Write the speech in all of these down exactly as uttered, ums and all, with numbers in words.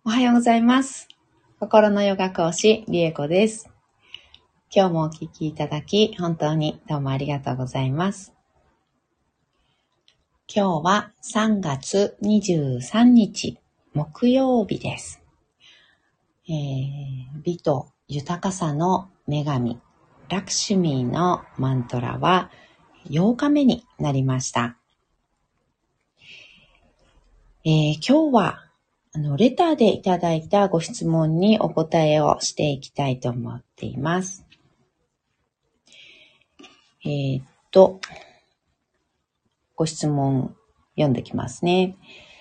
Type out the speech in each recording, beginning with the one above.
おはようございます。心のヨガ講師、リエコです。今日もお聞きいただき、本当にどうもありがとうございます。今日はさんがつにじゅうさんにち、木曜日です。えー、美と豊かさの女神、ラクシュミーのマントラはようかめになりました。えー、今日はあの、レターでいただいたご質問にお答えをしていきたいと思っています。えー、っと、ご質問読んできますね。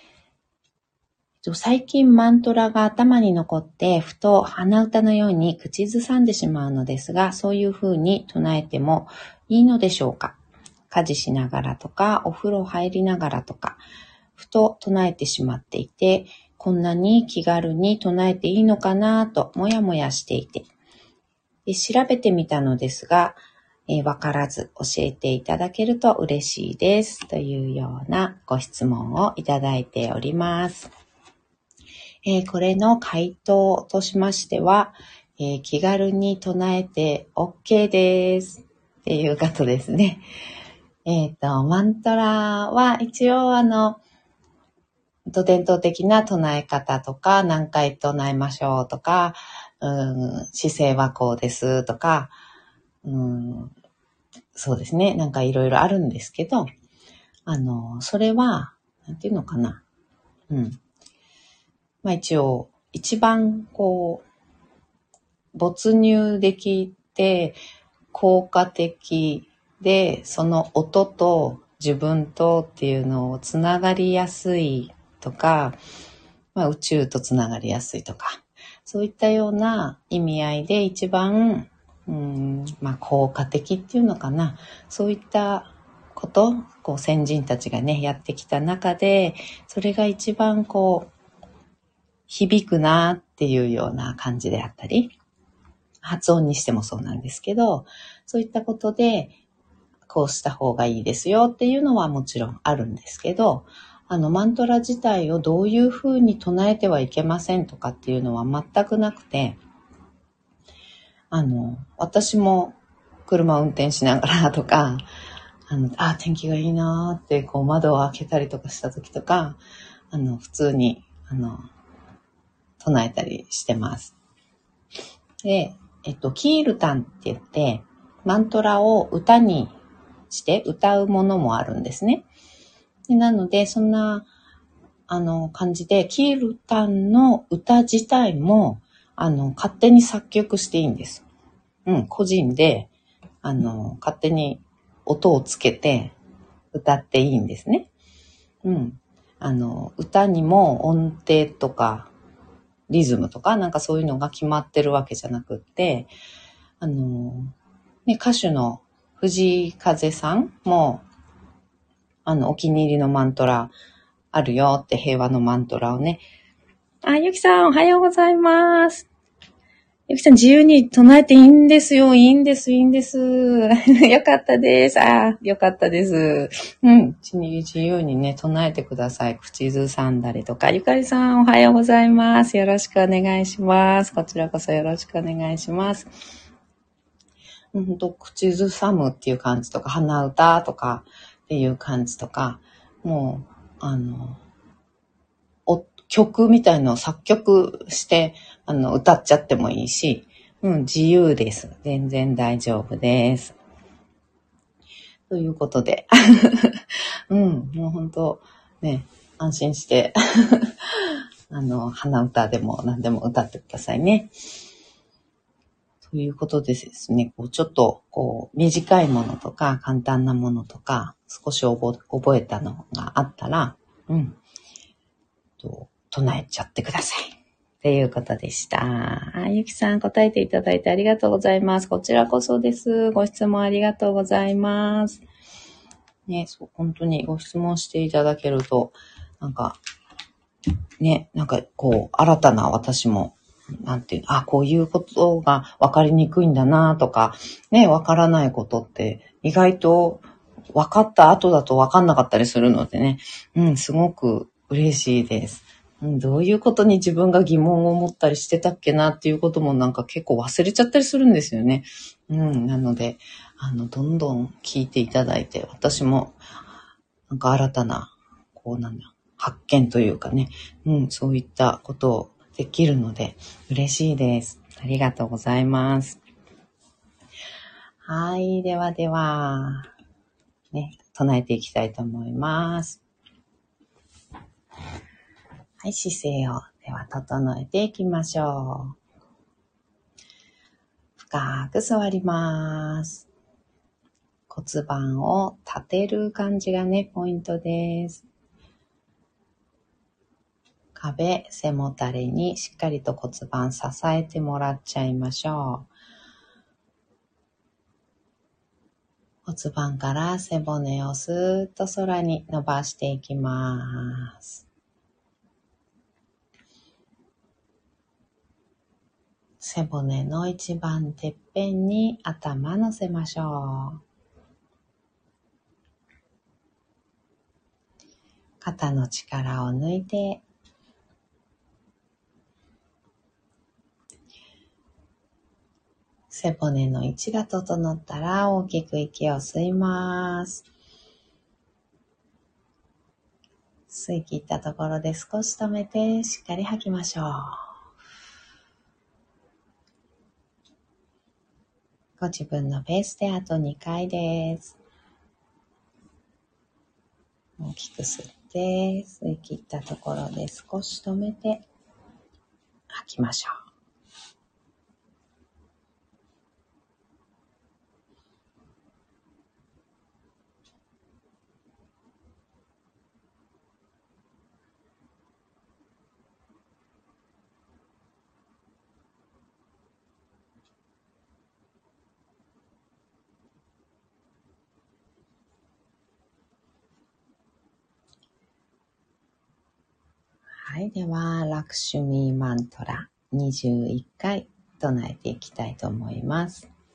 最近マントラが頭に残って、ふと鼻歌のように口ずさんでしまうのですが、そういう風に唱えてもいいのでしょうか？家事しながらとか、お風呂入りながらとか、ふと唱えてしまっていて、こんなに気軽に唱えていいのかなともやもやしていて、で調べてみたのですが、えー、わからず教えていただけると嬉しいですというようなご質問をいただいております。えー、これの回答としましては、えー、気軽に唱えて OK ですっていうことですね。えっと、マントラは一応あの、伝統的な唱え方とか、何回唱えましょうとか、うん、姿勢はこうですとか、うん、そうですね、なんかいろいろあるんですけど、あの、それは、なんていうのかな。うん。まあ一応、一番こう、没入できて、効果的で、その音と自分とっていうのをつながりやすいとか、まあ、宇宙とつながりやすいとか、そういったような意味合いで一番、うん、まあ、効果的っていうのかな。そういったこと、こう先人たちがね、やってきた中で、それが一番こう、響くなっていうような感じであったり、発音にしてもそうなんですけど、そういったことで、こうした方がいいですよっていうのはもちろんあるんですけど、あのマントラ自体をどういうふうに唱えてはいけませんとかっていうのは全くなくて、あの私も車を運転しながらとか、あのあ天気がいいなーってこう窓を開けたりとかした時とか、あの普通にあの唱えたりしてます。で、えっとキールタンって言ってマントラを歌にして歌うものもあるんですね。でなので、そんな、あの、感じで、キールタンの歌自体も、あの、勝手に作曲していいんです。うん、個人で、あの、勝手に音をつけて歌っていいんですね。うん。あの、歌にも音程とか、リズムとか、なんかそういうのが決まってるわけじゃなくって、あの、ね、歌手の藤井風さんも、あの、お気に入りのマントラあるよって平和のマントラをね。あ、ゆきさんおはようございます。ゆきさん自由に唱えていいんですよ。いいんです、いいんです。よかったです。あ、よかったです。うん。自由にね、唱えてください。口ずさんだりとか。ゆかりさんおはようございます。よろしくお願いします。こちらこそよろしくお願いします。ほんと、口ずさむっていう感じとか、鼻歌とかっていう感じとか、もう、あの、お曲みたいのを作曲して、あの、歌っちゃってもいいし、うん、自由です。全然大丈夫です。ということで、うん、もう本当ね、安心して、あの、鼻歌でも何でも歌ってくださいね。ということでですね、こうちょっとこう短いものとか簡単なものとか少し覚覚えたのがあったら、うん、と唱えちゃってください。っていうことでした。あ、ゆきさん答えていただいてありがとうございます。こちらこそです。ご質問ありがとうございます。ね、そう、本当にご質問していただけると、なんか、ね、なんかこう、新たな私も、なんていう、あ、こういうことが分かりにくいんだなとか、ね、分からないことって意外と分かった後だと分かんなかったりするのでね、うん、すごく嬉しいです。 うん、どういうことに自分が疑問を持ったりしてたっけなっていうこともなんか結構忘れちゃったりするんですよね。うん、なので、あの、どんどん聞いていただいて、私もなんか新たな、こうなんだ、発見というかね、うん、そういったことをできるので嬉しいです。ありがとうございます。はい、ではでは、ね、唱えていきたいと思います。はい、姿勢をでは整えていきましょう。深く座ります。骨盤を立てる感じがね、ポイントです。壁、背もたれにしっかりと骨盤支えてもらっちゃいましょう。骨盤から背骨をスーッと空に伸ばしていきます。背骨の一番てっぺんに頭乗せましょう。肩の力を抜いて、背骨の位置が整ったら大きく息を吸います。吸い切ったところで少し止めてしっかり吐きましょう。ご自分のペースであとにかいです。大きく吸って吸い切ったところで少し止めて吐きましょう。はい、ではラクシュミーマントラにじゅういっかい唱えていきたいと思います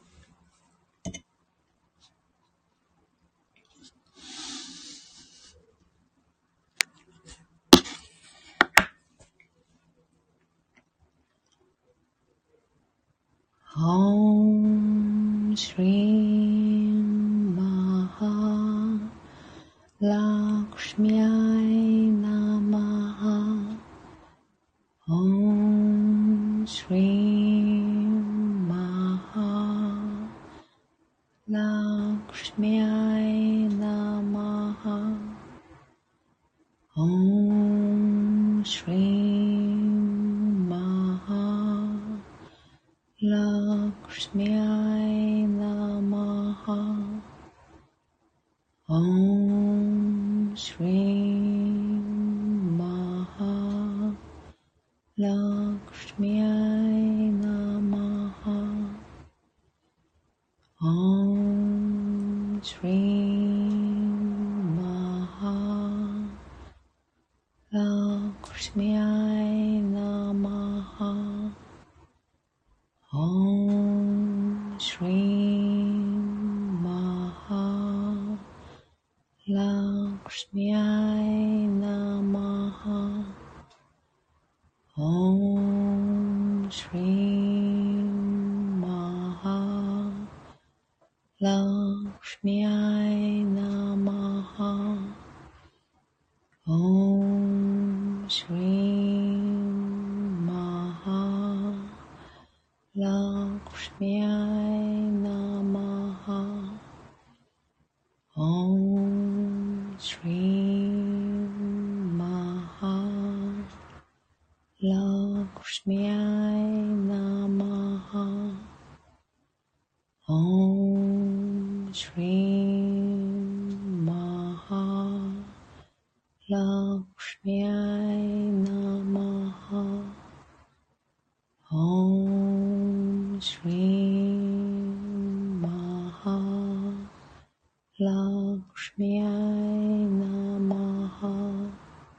。Om Shri Maha Lakshmyai Namaha Om Shri Maha Lakshmyai Namaha Om Shri Maha Lakshmyai Namaha Om Shri Maha Lakshmyai Namaha Om Shri Maha Lakshmyai Namaha Om Shri Maha Lakshmyai Namaha Om Shri Maha Lakshmyai Namaha Om Shri Maha Lakshmyai Namaha Om Shri Maha Lakshmyai Namaha Om Shri Maha Lakshmyai Namaha Om Shri Maha Lakshmyai Namaha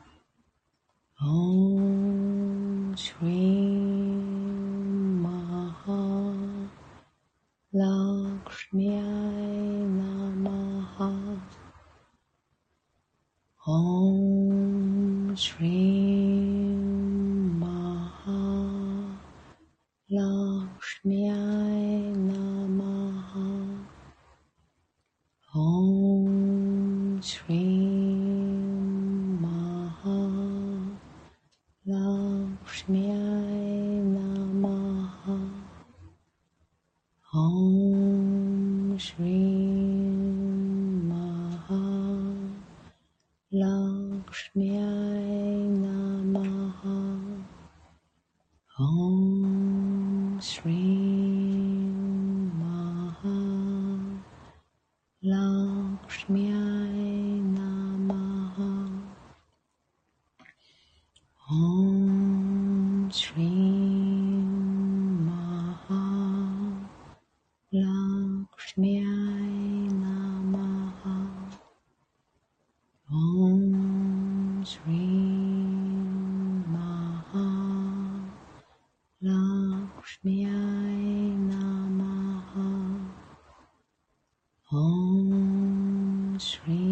Om Shri Maha Lakshmyai Namaha Om Shri Lakshmiyai Namaha. Om Shri Maha Lakshmiyai Namaha. Om Shri Maha Lakshmiyai Namaha. Om Shri Maha Lakshmiyai Namaha. Om Shri Maha Lakshmiyai Namaha. Om Shri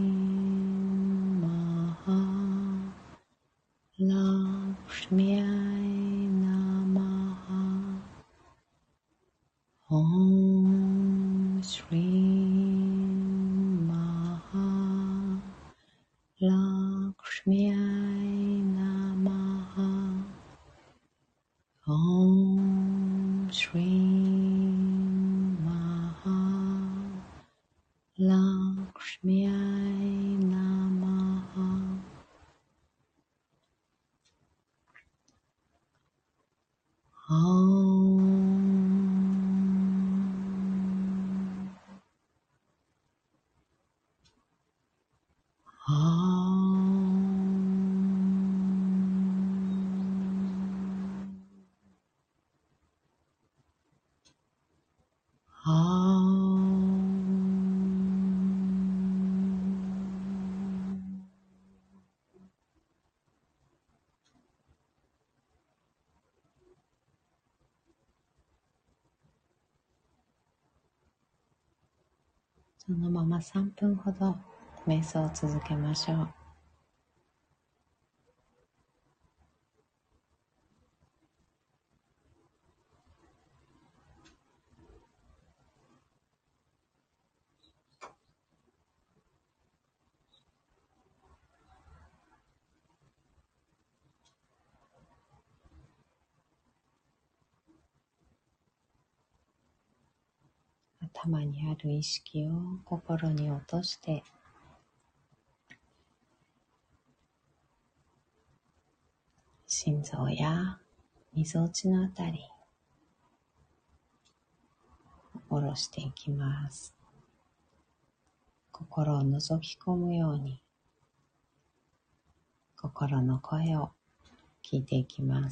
Maha Lakshmiyai Namaha. Om Shri Maha Lakshmiyai Namaha. Om Shri Maha Lakshmiyai Namaha.そのままさんぷんほど瞑想を続けましょう。頭にある意識を心に落として、心臓やみぞおちのあたり下ろしていきます。心を覗き込むように心の声を聞いていきます。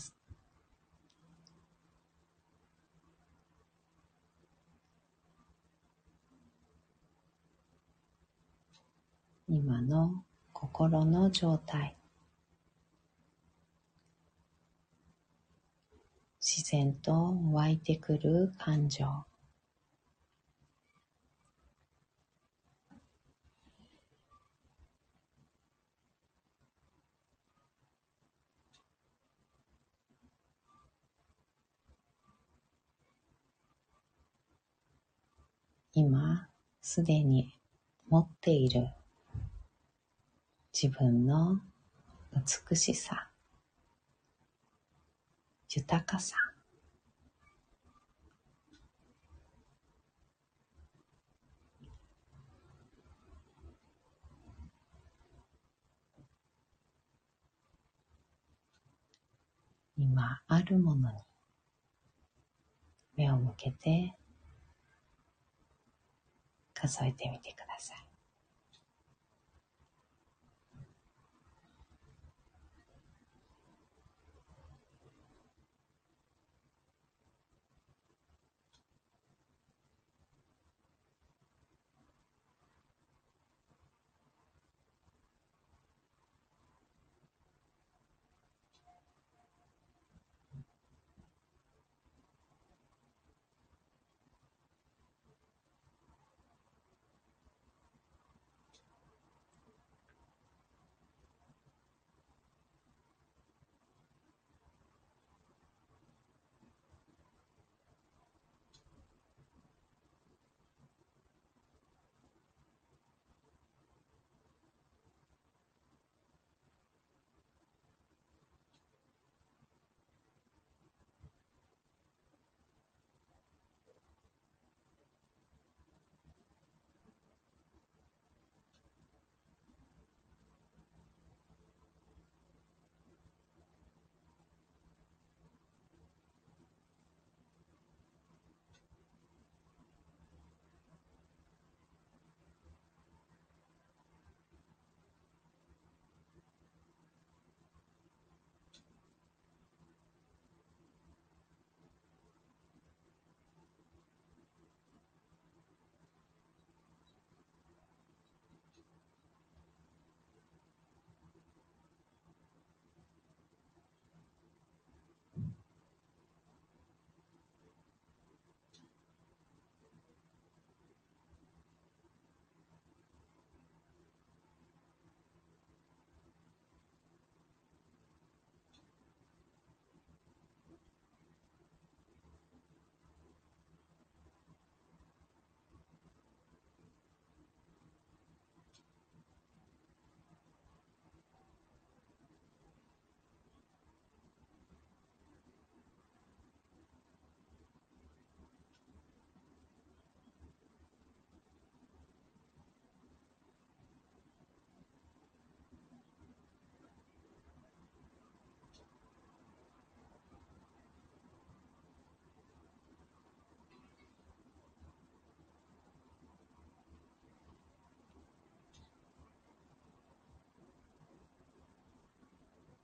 今の心の状態、自然と湧いてくる感情、今すでに持っている自分の美しさ、豊かさ、今あるものに目を向けて数えてみてください。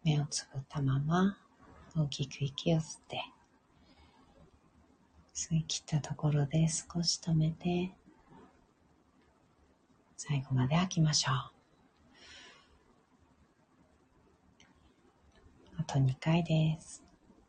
目をつぶったまま大きく息を吸って、吸い切ったところで少し止めて、最後まで吐きましょう。あとにかいです。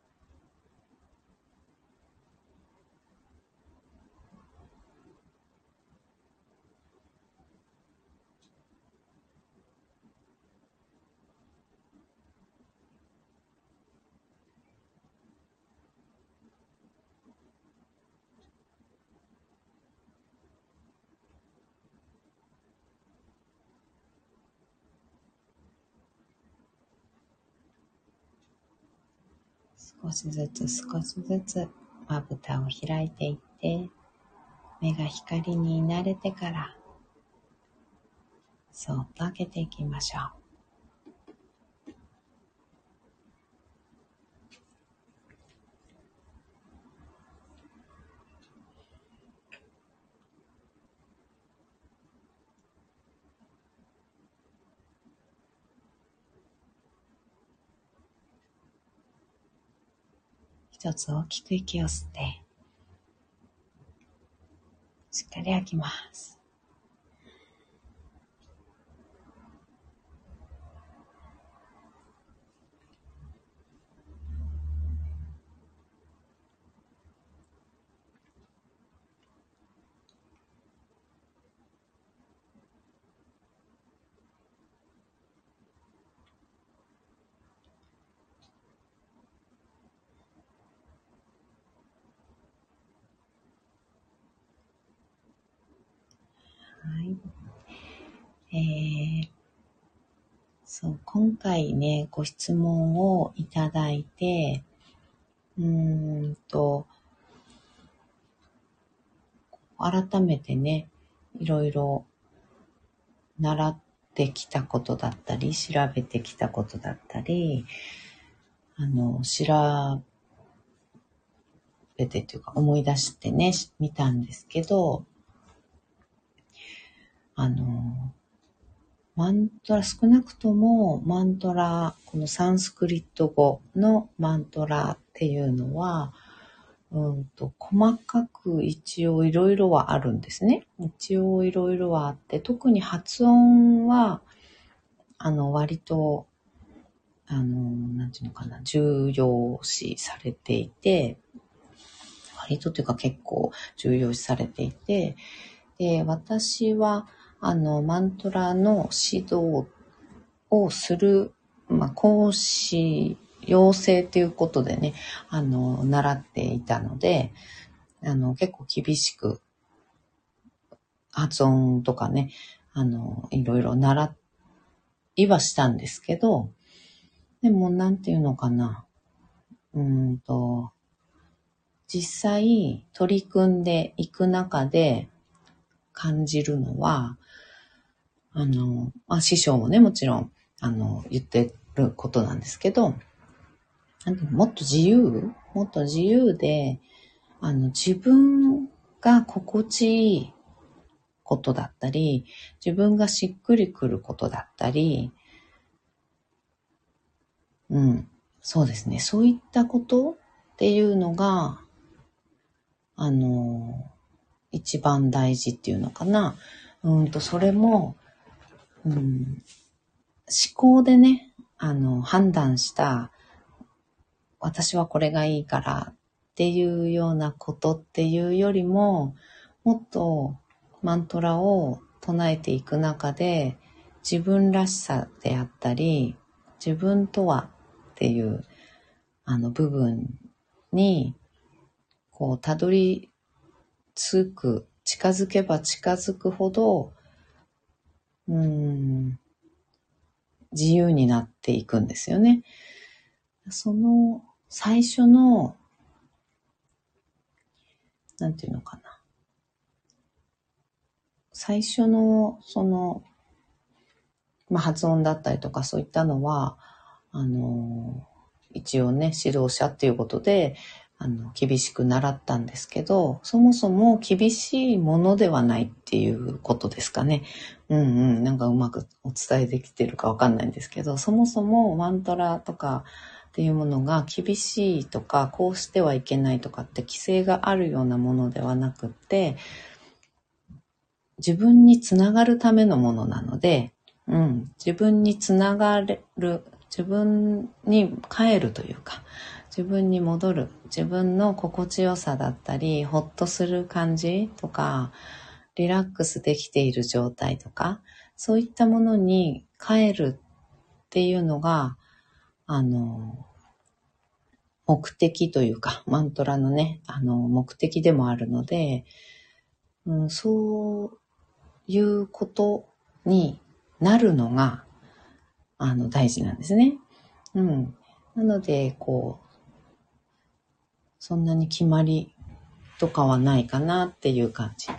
少しずつ少しずつまぶたを開いていって、目が光に慣れてからそっと開けていきましょう。一つ大きく息を吸って、しっかり吐きます。はい。えー、そう、今回ね、ご質問をいただいて、うーんと、改めてね、いろいろ習ってきたことだったり、調べてきたことだったり、あの、調べてというか思い出してね、見たんですけど、あの、マントラ、少なくともマントラ、このサンスクリット語のマントラっていうのは、うんと細かく一応いろいろはあるんですね。一応いろいろはあって、特に発音は、あの、割と、あの、なんていうのかな、重要視されていて、割とというか結構重要視されていて、で、私は、あの、マントラの指導をする、まあ、講師、養成ということでね、あの、習っていたので、あの、結構厳しく、発音とかね、あの、いろいろ習いはしたんですけど、でも、なんていうのかな、うーんと、実際取り組んでいく中で感じるのは、あの、まあ、師匠もね、もちろん、あの、言ってることなんですけど、もっと自由もっと自由で、あの、自分が心地いいことだったり、自分がしっくりくることだったり、うん、そうですね。そういったことっていうのが、あの、一番大事っていうのかな。うんと、それも、うん、思考でね、あの、判断した、私はこれがいいからっていうようなことっていうよりも、もっとマントラを唱えていく中で、自分らしさであったり、自分とはっていうあの部分に、こう、たどり着く、近づけば近づくほど、うーん、自由になっていくんですよね。その最初の、なんていうのかな。最初の、その、まあ、発音だったりとかそういったのは、あの、一応ね、指導者っていうことで、 あの、厳しく習ったんですけど、そもそも厳しいものではないっていうことですかね。うんうん、なんかうまくお伝えできてるかわかんないんですけど、そもそもマントラとかっていうものが厳しいとか、こうしてはいけないとかって規制があるようなものではなくって、自分につながるためのものなので、うん、自分につながれる、自分に帰るというか、自分に戻る、自分の心地よさだったり、ほっとする感じとか、リラックスできている状態とか、そういったものに帰るっていうのが、あの、目的というか、マントラのね、あの、目的でもあるので、うん、そういうことになるのが、あの、大事なんですね。うん。なので、こう、そんなに決まりとかはないかなっていう感じ。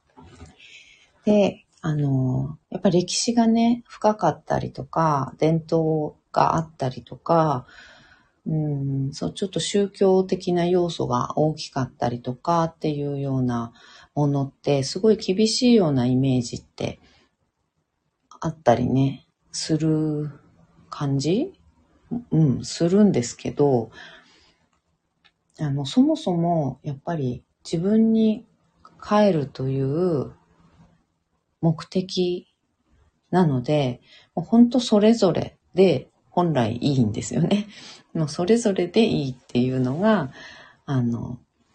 で、あの、やっぱり歴史がね、深かったりとか、伝統があったりとか、うん、そう、ちょっと宗教的な要素が大きかったりとかっていうようなものって、すごい厳しいようなイメージってあったりね、する感じうん、するんですけど、あの、そもそもやっぱり自分に帰るという目的なので、もう本当それぞれで本来いいんですよね。もうそれぞれでいいっていうのが、あの、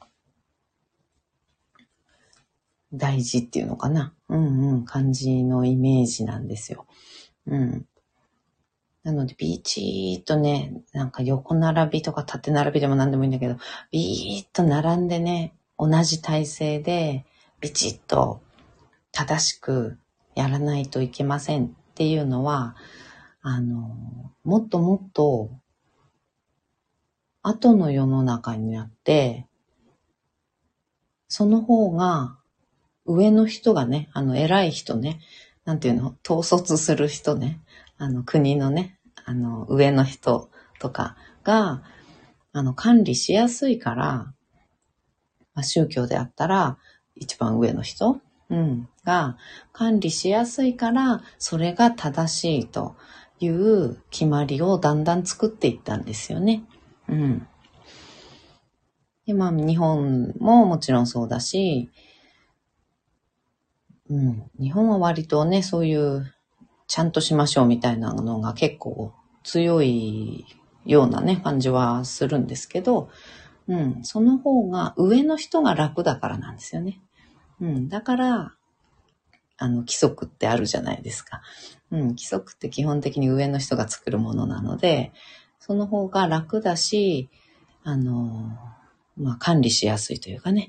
大事っていうのかな。うんうん、感じのイメージなんですよ。うん。なので、ビーチーとね、なんか横並びとか縦並びでも何でもいいんだけど、ビーッと並んでね、同じ体勢で、ビチッと正しくやらないといけませんっていうのは、あの、もっともっと、後の世の中になって、その方が、上の人がね、あの、偉い人ね、なんていうの、統率する人ね、あの、国のね、あの、上の人とかが、あの、管理しやすいから、まあ、宗教であったら、一番上の人、うん、が管理しやすいから、それが正しいという決まりをだんだん作っていったんですよね。うん。で、まあ、日本ももちろんそうだし、うん、日本は割とね、そういう、ちゃんとしましょうみたいなのが結構強いようなね、感じはするんですけど、うん、その方が上の人が楽だからなんですよね。うん、だから、あの、規則ってあるじゃないですか。うん、規則って基本的に上の人が作るものなので、その方が楽だし、あの、まあ、管理しやすいというかね。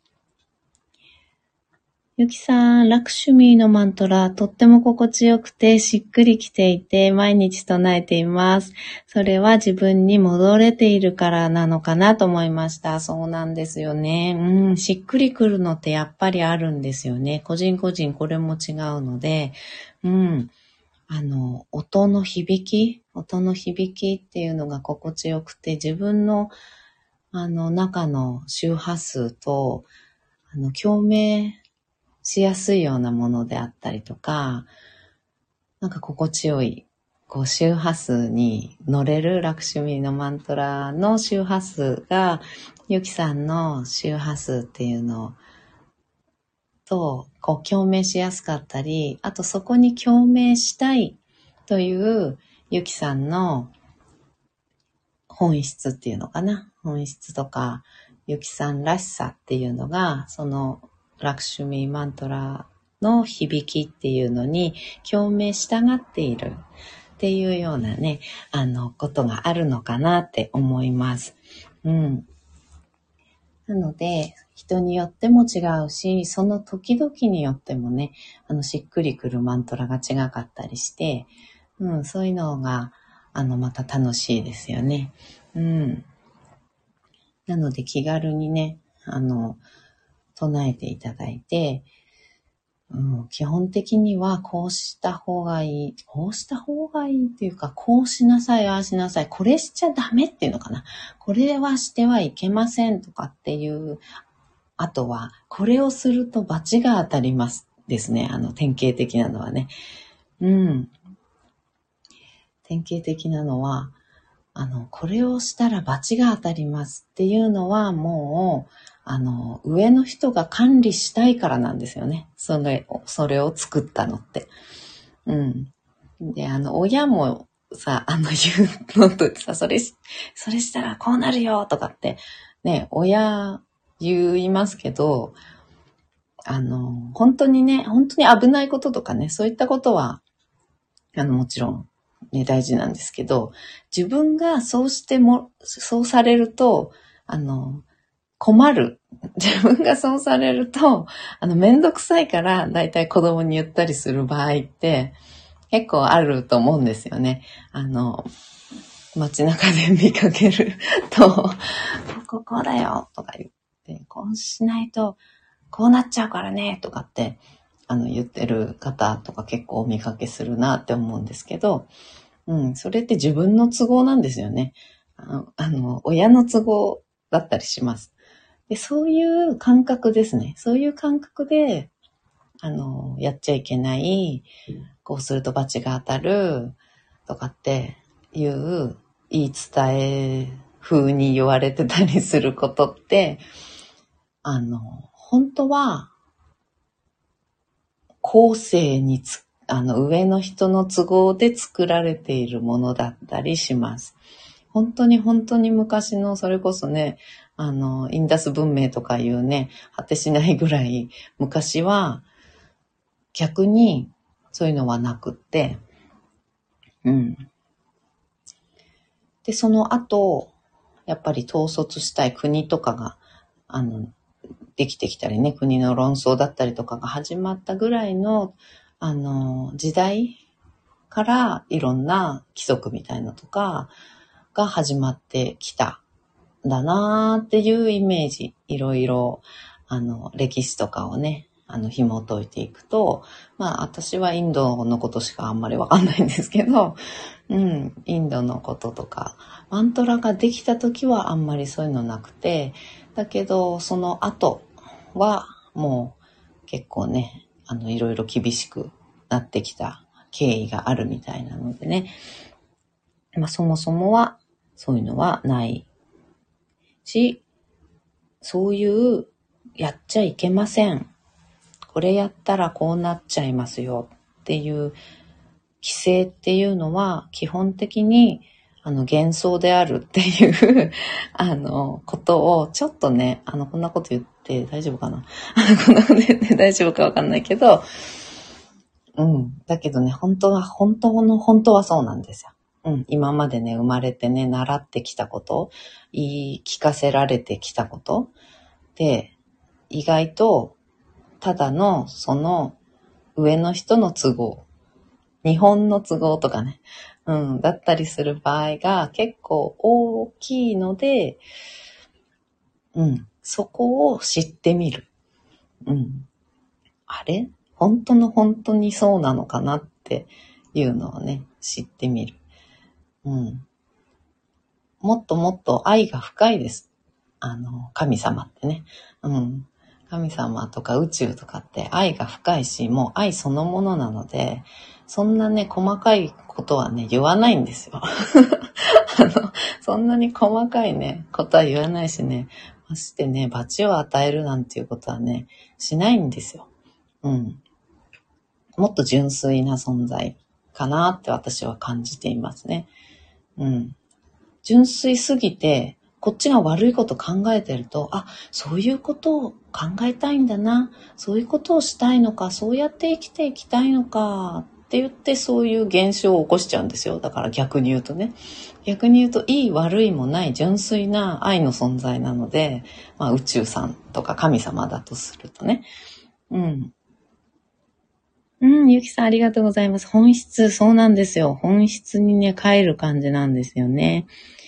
ゆきさん、ラクシュミーのマントラ、とっても心地よくてしっくりきていて、毎日唱えています。それは自分に戻れているからなのかなと思いました。そうなんですよね。うん、しっくりくるのってやっぱりあるんですよね。個人個人これも違うので、うん、あの、音の響き、音の響きっていうのが心地よくて、自分の、あの、中の周波数と、あの、共鳴しやすいようなものであったりとか、なんか心地よい、こう周波数に乗れるラクシュミーのマントラの周波数が、ゆきさんの周波数っていうのと、こう共鳴しやすかったり、あとそこに共鳴したいというゆきさんの本質っていうのかな。本質とか、ゆきさんらしさっていうのが、そのラクシュミーマントラの響きっていうのに共鳴したがっているっていうようなね、あの、ことがあるのかなって思います。うん。なので、人によっても違うし、その時々によってもね、あの、しっくりくるマントラが違かったりして、うん、そういうのが、あの、また楽しいですよね。うん。なので、気軽にね、あの、唱えていただいて、 うん、基本的にはこうした方がいい、こうした方がいいっていうか、こうしなさい、ああしなさい、これしちゃダメっていうのかな。これはしてはいけませんとかっていう、あとは、これをすると罰が当たりますですね。あの、典型的なのはね。うん。典型的なのは、あの、これをしたら罰が当たりますっていうのはもう、あの、上の人が管理したいからなんですよね。それを、それを作ったのって。うん。で、あの、親もさ、あの、言うのとさ、それ、それしたらこうなるよとかって、ね、親言いますけど、あの、本当にね、本当に危ないこととかね、そういったことは、あの、もちろん、ね、大事なんですけど、自分がそうしても、そうされると、あの、困る。自分がそうされると、あの、めんどくさいから、だいたい子供に言ったりする場合って、結構あると思うんですよね。あの、街中で見かけると、こここうだよとか言って、こうしないと、こうなっちゃうからね、とかって、あの、言ってる方とか結構お見かけするなって思うんですけど、うん、それって自分の都合なんですよね。あの、あの親の都合だったりします。で、そういう感覚ですね。そういう感覚で、あの、やっちゃいけない、こうすると罰が当たる、とかっていう、言い伝え風に言われてたりすることって、あの、本当は、後世につ、あの、上の人の都合で作られているものだったりします。本当に本当に昔の、それこそね、あの、インダス文明とかいうね、果てしないぐらい昔は、逆にそういうのはなくって、うん。で、その後、やっぱり統率したい国とかが、あの、できてきたりね、国の論争だったりとかが始まったぐらいの、あの、時代からいろんな規則みたいなとかが始まってきたんだなーっていうイメージ。いろいろ、あの、歴史とかをね、あの、紐解いていくと、まあ、私はインドのことしかあんまりわかんないんですけど、うん、インドのこととか、マントラができた時はあんまりそういうのなくて、だけど、その後はもう結構ね、あの、いろいろ厳しくなってきた経緯があるみたいなのでね、まあ、そもそもはそういうのはないし、そういうやっちゃいけません。これやったらこうなっちゃいますよっていう規制っていうのは基本的にあの幻想であるっていうあのことをちょっとね、あのこんなこと言って大丈夫かなこんなこと言って大丈夫かわかんないけど、うん。だけどね、本当は、本当の本当はそうなんですよ。うん。今までね、生まれてね、習ってきたこと、言い聞かせられてきたことで、意外と、ただの、その、上の人の都合、日本の都合とかね、うん、だったりする場合が結構大きいので、うん、そこを知ってみる。うん。あれ本当の本当にそうなのかなっていうのをね、知ってみる。うん。もっともっと愛が深いです。あの、神様ってね。うん。神様とか宇宙とかって愛が深いし、もう愛そのものなので、そんなね、細かいことはね、言わないんですよ。あの、そんなに細かいね、ことは言わないしね、ましてね、罰を与えるなんていうことはね、しないんですよ。うん。もっと純粋な存在かなって私は感じていますね。うん。純粋すぎて、こっちが悪いこと考えてると、あ、そういうことを考えたいんだな、そういうことをしたいのか、そうやって生きていきたいのかって言って、そういう現象を起こしちゃうんですよ。だから逆に言うとね。逆に言うと、いい悪いもない純粋な愛の存在なので、まあ宇宙さんとか神様だとするとね。うん。うん、ゆきさんありがとうございます。本質、そうなんですよ。本質にね、帰る感じなんですよね。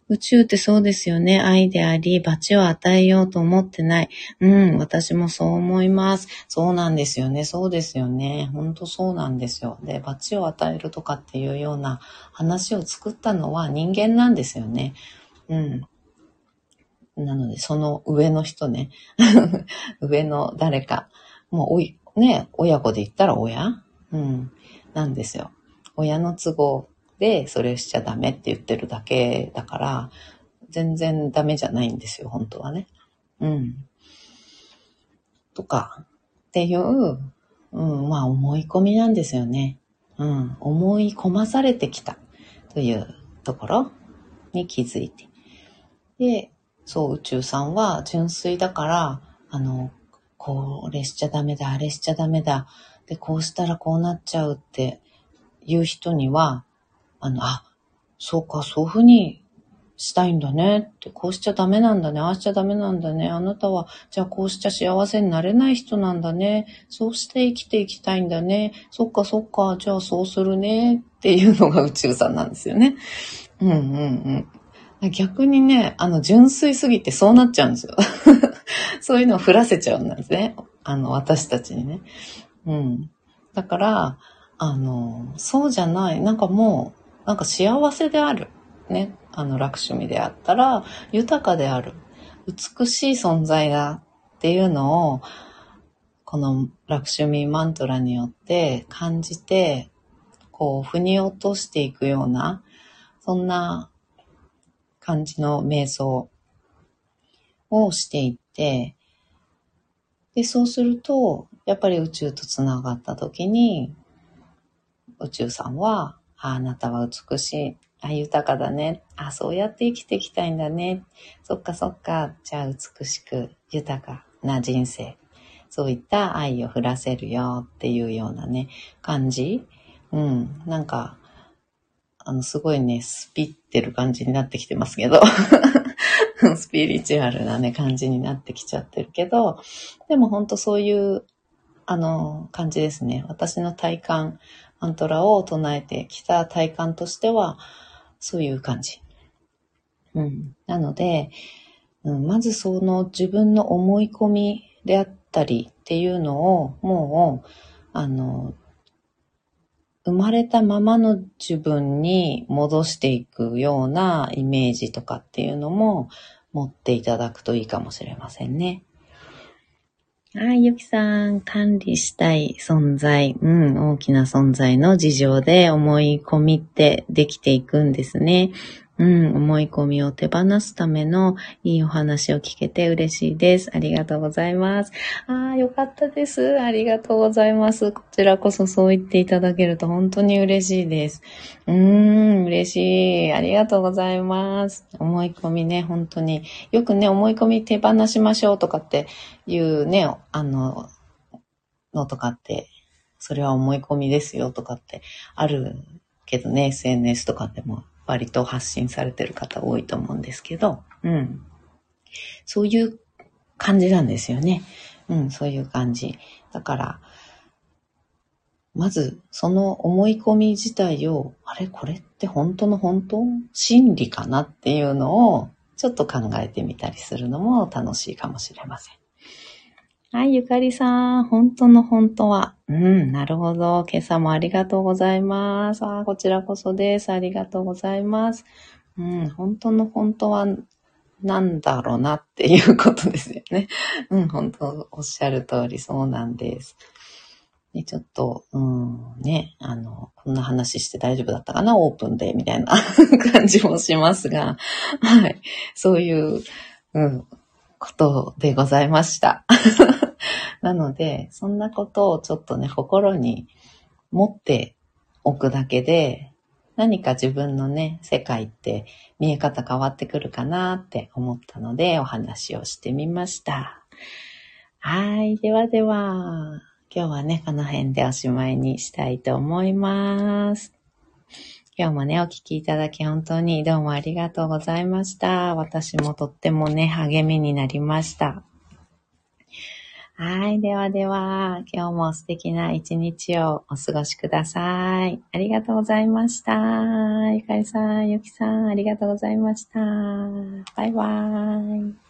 宇宙ってそうですよね。愛であり、罰を与えようと思ってない。うん、私もそう思います。そうなんですよね。そうですよね。本当そうなんですよ。で、罰を与えるとかっていうような話を作ったのは人間なんですよね。うん。なので、その上の人ね。上の誰か。もう、おい、ね、親子で言ったら親うん。なんですよ。親の都合でそれしちゃダメって言ってるだけだから、全然ダメじゃないんですよ、本当はね。うん。とか、っていう、うん、まあ思い込みなんですよね。うん。思い込まされてきたというところに気づいて。で、そう、宇宙さんは純粋だから、あの、これしちゃダメだ、あれしちゃダメだ。で、こうしたらこうなっちゃうっていう人には、あの、あ、そうか、そういうふうにしたいんだねって、こうしちゃダメなんだね、ああしちゃダメなんだね、あなたは、じゃあこうしちゃ幸せになれない人なんだね、そうして生きていきたいんだね、そっかそっか、じゃあそうするねっていうのが宇宙さんなんですよね。うんうんうん。逆にね、あの、純粋すぎてそうなっちゃうんですよ。そういうのを振らせちゃうんですね。あの、私たちにね。うん。だから、あの、そうじゃない、なんかもう、なんか幸せである。ね。あの、ラクシュミであったら、豊かである。美しい存在だっていうのを、このラクシュミマントラによって感じて、こう、腑に落としていくような、そんな感じの瞑想をしていって、で、そうすると、やっぱり宇宙とつながった時に、宇宙さんは、あ、あなたは美しい。あ、豊かだね。あ、そうやって生きていきたいんだね。そっかそっか。じゃあ美しく豊かな人生。そういった愛を降らせるよっていうようなね、感じ。うん。なんか、あの、すごいね、スピってる感じになってきてますけど。スピリチュアルなね、感じになってきちゃってるけど、でも本当そういう、あの、感じですね。私の体感、マントラを唱えてきた体感としては、そういう感じ。うん。なので、うん、まずその自分の思い込みであったりっていうのを、もう、あの、生まれたままの自分に戻していくようなイメージとかっていうのも持っていただくといいかもしれませんね。はい、ゆきさん、管理したい存在、うん、大きな存在の事情で思い込みってできていくんですね。うん、思い込みを手放すためのいいお話を聞けて嬉しいです。ありがとうございます。ああ、よかったです。ありがとうございます。こちらこそそう言っていただけると本当に嬉しいです。うーん、嬉しい。ありがとうございます。思い込みね、本当に。よくね、思い込み手放しましょうとかっていうね、あの、のとかって、それは思い込みですよとかってあるけどね、エスエヌエス とかでも割と発信されてる方多いと思うんですけど、うん。そういう感じなんですよね。うん、そういう感じ。だから、まず、その思い込み自体を、あれこれって本当の本当真理かなっていうのを、ちょっと考えてみたりするのも楽しいかもしれません。はい、ゆかりさん、本当の本当は。うん、なるほど。今朝もありがとうございます。あ、こちらこそです。ありがとうございます。うん、本当の本当はなんだろうなっていうことですよね。うん、本当おっしゃる通りそうなんです。で、ちょっと、うん、ね、あの、こんな話して大丈夫だったかな、オープンで、みたいな感じもしますが、はい、そういう、うん、ことでございました。なので、そんなことをちょっとね、心に持っておくだけで、何か自分のね、世界って見え方変わってくるかなって思ったので、お話をしてみました。はい。ではでは、今日はね、この辺でおしまいにしたいと思います。今日もね、お聞きいただき本当にどうもありがとうございました。私もとってもね、励みになりました。 はい。ではでは、今日も素敵な一日をお過ごしください。ありがとうございました。ゆかりさん、ゆきさん、ありがとうございました。バイバーイ。